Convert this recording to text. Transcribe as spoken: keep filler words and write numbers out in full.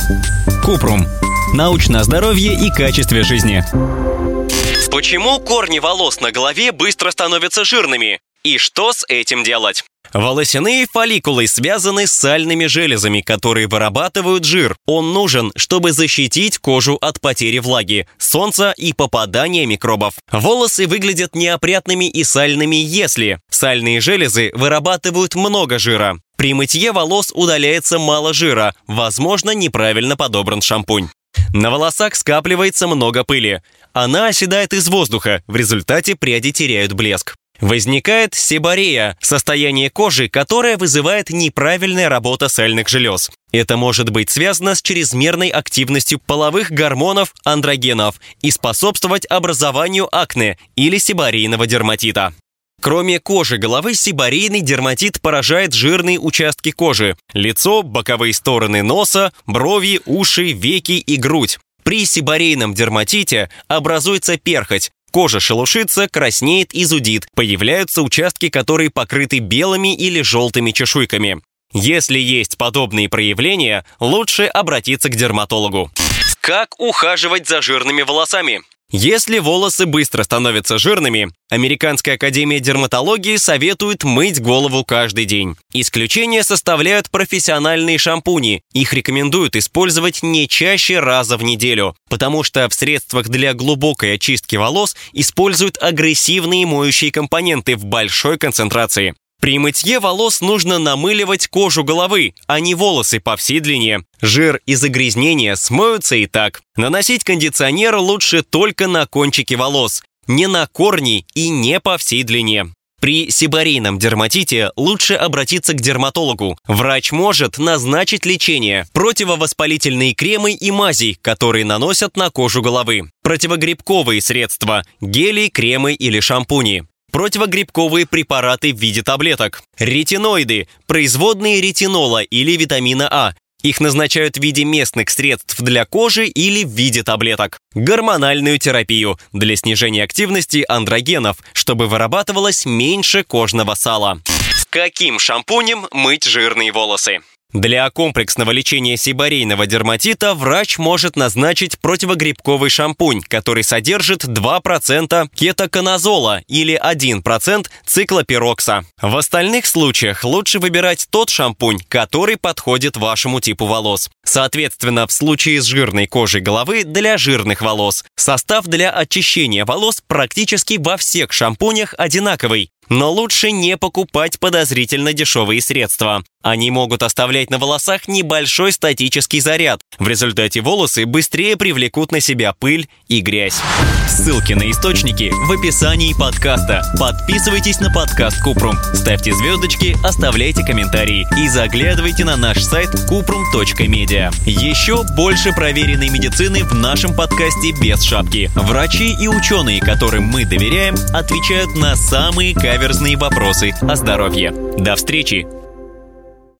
Купрум. Научное здоровье и качестве жизни. Почему корни волос на голове быстро становятся жирными? И что с этим делать? Волосяные фолликулы связаны с сальными железами, которые вырабатывают жир. Он нужен, чтобы защитить кожу от потери влаги, солнца и попадания микробов. Волосы выглядят неопрятными и сальными, если сальные железы вырабатывают много жира. При мытье волос удаляется мало жира, возможно, неправильно подобран шампунь. На волосах скапливается много пыли. Она оседает из воздуха, в результате пряди теряют блеск. Возникает себорея – состояние кожи, которое вызывает неправильная работа сальных желез. Это может быть связано с чрезмерной активностью половых гормонов андрогенов и способствовать образованию акне или себорейного дерматита. Кроме кожи головы, себорейный дерматит поражает жирные участки кожи – лицо, боковые стороны носа, брови, уши, веки и грудь. При себорейном дерматите образуется перхоть. Кожа шелушится, краснеет и зудит. Появляются участки, которые покрыты белыми или желтыми чешуйками. Если есть подобные проявления, лучше обратиться к дерматологу. Как ухаживать за жирными волосами? Если волосы быстро становятся жирными, Американская академия дерматологии советует мыть голову каждый день. Исключение составляют профессиональные шампуни. Их рекомендуют использовать не чаще раза в неделю, потому что в средствах для глубокой очистки волос используют агрессивные моющие компоненты в большой концентрации. При мытье волос нужно намыливать кожу головы, а не волосы по всей длине. Жир и загрязнения смоются и так. Наносить кондиционер лучше только на кончики волос, не на корни и не по всей длине. При себорейном дерматите лучше обратиться к дерматологу. Врач может назначить лечение, противовоспалительные кремы и мази, которые наносят на кожу головы, противогрибковые средства, гели, кремы или шампуни. Противогрибковые препараты в виде таблеток. Ретиноиды – производные ретинола или витамина А. Их назначают в виде местных средств для кожи или в виде таблеток. Гормональную терапию для снижения активности андрогенов, чтобы вырабатывалось меньше кожного сала. Каким шампунем мыть жирные волосы? Для комплексного лечения себорейного дерматита врач может назначить противогрибковый шампунь, который содержит два процента кетоконазола или один процент циклопирокса. В остальных случаях лучше выбирать тот шампунь, который подходит вашему типу волос. Соответственно, в случае с жирной кожей головы для жирных волос состав для очищения волос практически во всех шампунях одинаковый. Но лучше не покупать подозрительно дешевые средства. Они могут оставлять на волосах небольшой статический заряд. В результате волосы быстрее привлекут на себя пыль и грязь. Ссылки на источники в описании подкаста. Подписывайтесь на подкаст Купрум, ставьте звездочки, оставляйте комментарии и заглядывайте на наш сайт купрум точка медиа. Еще больше проверенной медицины в нашем подкасте без шапки. Врачи и ученые, которым мы доверяем, отвечают на самые каверзные вопросы о здоровье. До встречи!